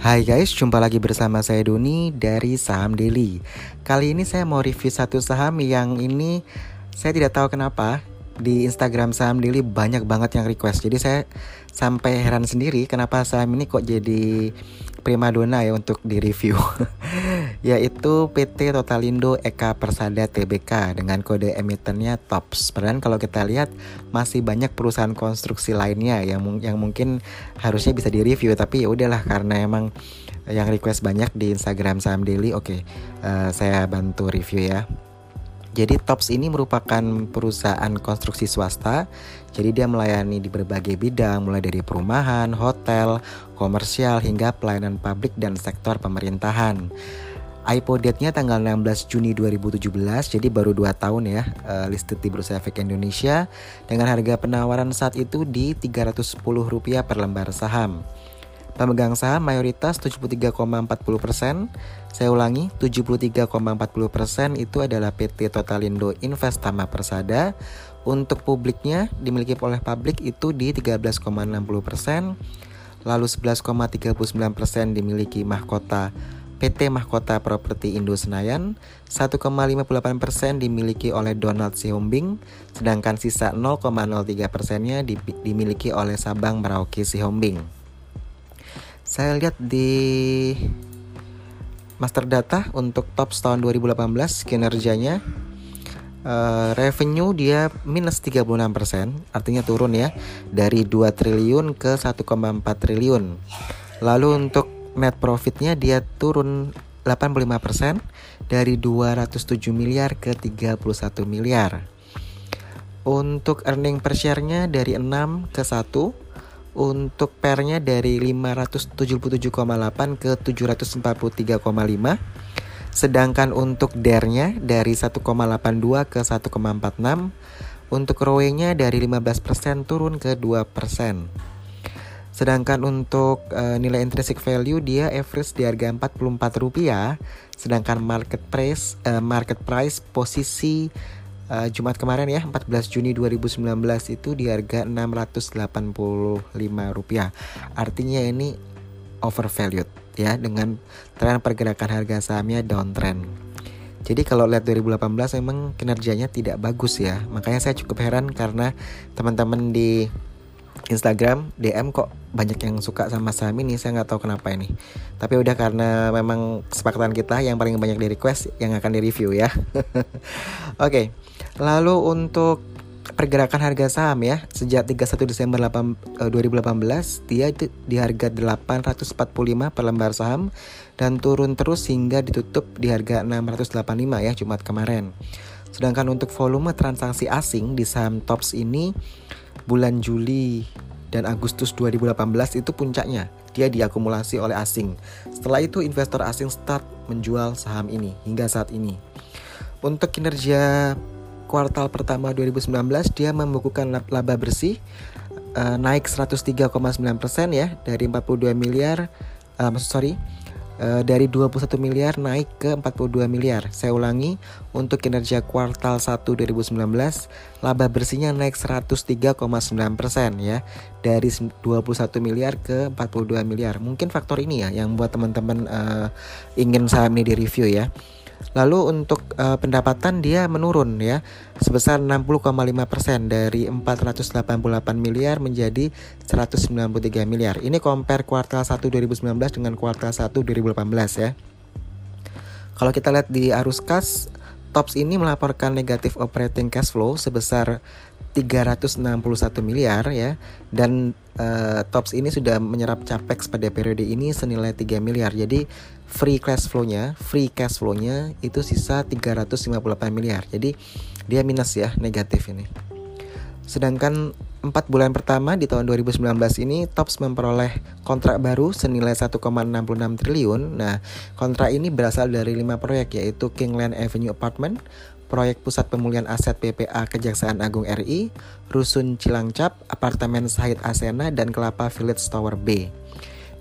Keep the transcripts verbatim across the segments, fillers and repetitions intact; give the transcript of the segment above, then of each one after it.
Hai guys, jumpa lagi bersama saya Doni dari Saham Daily. Kali ini saya mau review satu saham yang ini saya tidak tahu kenapa di Instagram Saham Daily banyak banget yang request. Jadi saya sampai heran sendiri kenapa saham ini kok jadi primadona ya untuk di review. Yaitu P T Totalindo Eka Persada Tbk dengan kode emitennya TOPS. Padahal kalau kita lihat masih banyak perusahaan konstruksi lainnya yang yang mungkin harusnya bisa di review, tapi ya udahlah karena emang yang request banyak di Instagram Saham Daily. Oke, uh, saya bantu review ya. Jadi TOPS ini merupakan perusahaan konstruksi swasta. Jadi dia melayani di berbagai bidang, mulai dari perumahan, hotel, komersial, hingga pelayanan publik dan sektor pemerintahan. I P O date-nya tanggal enam belas Juni dua ribu tujuh belas, jadi baru dua tahun ya, uh, listed di Bursa Efek Indonesia dengan harga penawaran saat itu di tiga ratus sepuluh rupiah per lembar saham. Pemegang saham mayoritas tujuh puluh tiga koma empat puluh persen. Saya ulangi, tujuh puluh tiga koma empat puluh persen itu adalah P T Totalindo Investama Persada. Untuk publiknya dimiliki oleh publik itu di tiga belas koma enam puluh persen. Lalu sebelas koma tiga puluh sembilan persen dimiliki mahkota P T Mahkota Properti Indo Senayan, satu koma lima puluh delapan persen dimiliki oleh Donald Sihombing, sedangkan sisa nol koma nol tiga persennya dimiliki oleh Sabang Merauke Sihombing. Saya lihat di master data untuk TOPS tahun dua ribu delapan belas kinerjanya, uh, revenue dia minus tiga puluh enam persen, artinya turun ya, dari dua triliun ke satu koma empat triliun. Lalu untuk net profitnya dia turun delapan puluh lima persen, dari dua ratus tujuh miliar ke tiga puluh satu miliar. Untuk earning per share-nya dari enam ke satu. Untuk P E R-nya dari lima ratus tujuh puluh tujuh koma delapan ke tujuh ratus empat puluh tiga koma lima. Sedangkan untuk D E R-nya dari satu koma delapan dua ke satu koma empat enam. Untuk R O E-nya dari lima belas persen turun ke dua persen. Sedangkan untuk uh, nilai intrinsic value dia average di harga empat puluh empat rupiah. Sedangkan market price uh, market price posisi Uh, Jumat kemarin ya, empat belas Juni dua ribu sembilan belas itu di harga enam ratus delapan puluh lima rupiah. Artinya ini overvalued ya, dengan tren pergerakan harga sahamnya downtrend. Jadi kalau lihat dua ribu delapan belas memang kinerjanya tidak bagus ya. Makanya saya cukup heran karena teman-teman di Instagram D M kok banyak yang suka sama saham ini. Saya nggak tahu kenapa ini. Tapi udah, karena memang kesepakatan kita yang paling banyak di request yang akan di review ya. Oke, okay. Lalu untuk pergerakan harga saham ya, sejak tiga puluh satu Desember dua ribu delapan belas dia di harga delapan ratus empat puluh lima per lembar saham dan turun terus hingga ditutup di harga enam ratus delapan puluh lima ya Jumat kemarin. Sedangkan untuk volume transaksi asing di saham TOPS ini bulan Juli dan Agustus dua ribu delapan belas itu puncaknya, dia diakumulasi oleh asing. Setelah itu investor asing start menjual saham ini hingga saat ini. Untuk kinerja kuartal pertama dua ribu sembilan belas dia membukukan laba bersih uh, naik seratus tiga koma sembilan persen ya, dari empat puluh dua miliar uh, maksud sorry uh, dari dua puluh satu miliar naik ke empat puluh dua miliar. Saya ulangi, untuk kinerja kuartal satu dua ribu sembilan belas laba bersihnya naik seratus tiga koma sembilan persen ya, dari dua puluh satu miliar ke empat puluh dua miliar. Mungkin faktor ini ya yang buat teman-teman uh, ingin saham ini di review ya. Lalu untuk uh, pendapatan dia menurun ya, sebesar enam puluh koma lima persen, dari empat ratus delapan puluh delapan miliar menjadi seratus sembilan puluh tiga miliar. Ini compare kuartal satu dua ribu sembilan belas dengan kuartal satu dua ribu delapan belas ya. Kalau kita lihat di arus kas, TOPS ini melaporkan negatif operating cash flow sebesar tiga ratus enam puluh satu miliar ya, dan uh, TOPS ini sudah menyerap capex pada periode ini senilai tiga miliar. Jadi free cash flow-nya, free cash flow-nya itu sisa tiga ratus lima puluh delapan miliar. Jadi dia minus ya, negatif ini. Sedangkan empat bulan pertama di tahun dua ribu sembilan belas ini TOPS memperoleh kontrak baru senilai satu koma enam puluh enam triliun. Nah, kontrak ini berasal dari lima proyek, yaitu Kingland Avenue Apartment, proyek Pusat Pemulihan Aset B P A Kejaksaan Agung R I, Rusun Cilangcap, Apartemen Sahid Asena, dan Kelapa Village Tower B.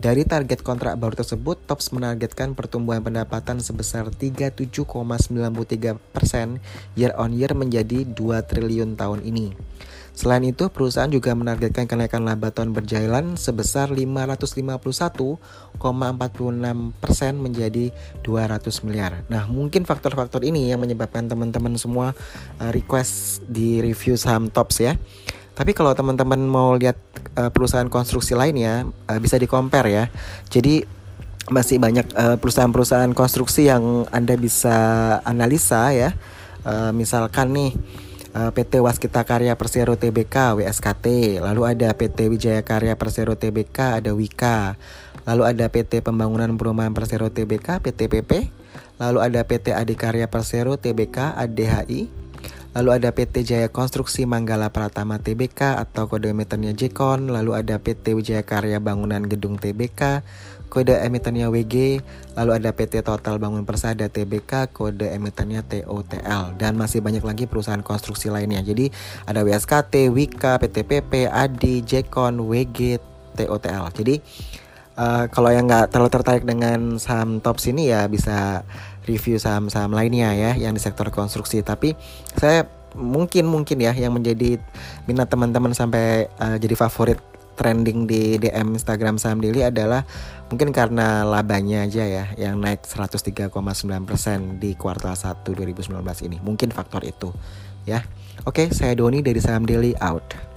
Dari target kontrak baru tersebut, Tops menargetkan pertumbuhan pendapatan sebesar tiga puluh tujuh koma sembilan tiga persen year on year menjadi dua triliun tahun ini. Selain itu, perusahaan juga menargetkan kenaikan laba tahun berjalan sebesar lima ratus lima puluh satu koma empat enam persen menjadi dua ratus miliar. Nah, mungkin faktor-faktor ini yang menyebabkan teman-teman semua uh, request di review saham Tops ya. Tapi kalau teman-teman mau lihat uh, perusahaan konstruksi lainnya, uh, bisa di-compare ya. Jadi masih banyak uh, perusahaan-perusahaan konstruksi yang Anda bisa analisa ya. Uh, misalkan nih uh, P T Waskita Karya Persero Tbk W S K T, lalu ada P T Wijaya Karya Persero Tbk ada Wika, lalu ada P T Pembangunan Perumahan Persero Tbk P T P P, lalu ada P T Adikarya Persero Tbk A D H I. Lalu ada P T Jaya Konstruksi Manggala Pratama Tbk atau kode emitennya Jekon. Lalu ada P T Wijaya Karya Bangunan Gedung Tbk, kode emitennya W G. Lalu ada P T Total Bangun Persada Tbk, kode emitennya T O T L. Dan masih banyak lagi perusahaan konstruksi lainnya. Jadi ada W S K T, Wika, P T P P, Adi, Jekon, W G, T O T L. Jadi uh, kalau yang nggak terlalu tertarik dengan saham Tops ini ya bisa review saham-saham lainnya ya yang di sektor konstruksi. Tapi saya mungkin mungkin ya yang menjadi minat teman-teman sampai uh, jadi favorit trending di D M Instagram Saham Daily adalah mungkin karena labanya aja ya yang naik seratus tiga koma sembilan persen di kuartal satu dua ribu sembilan belas ini. Mungkin faktor itu ya. Oke, saya Doni dari Saham Daily out.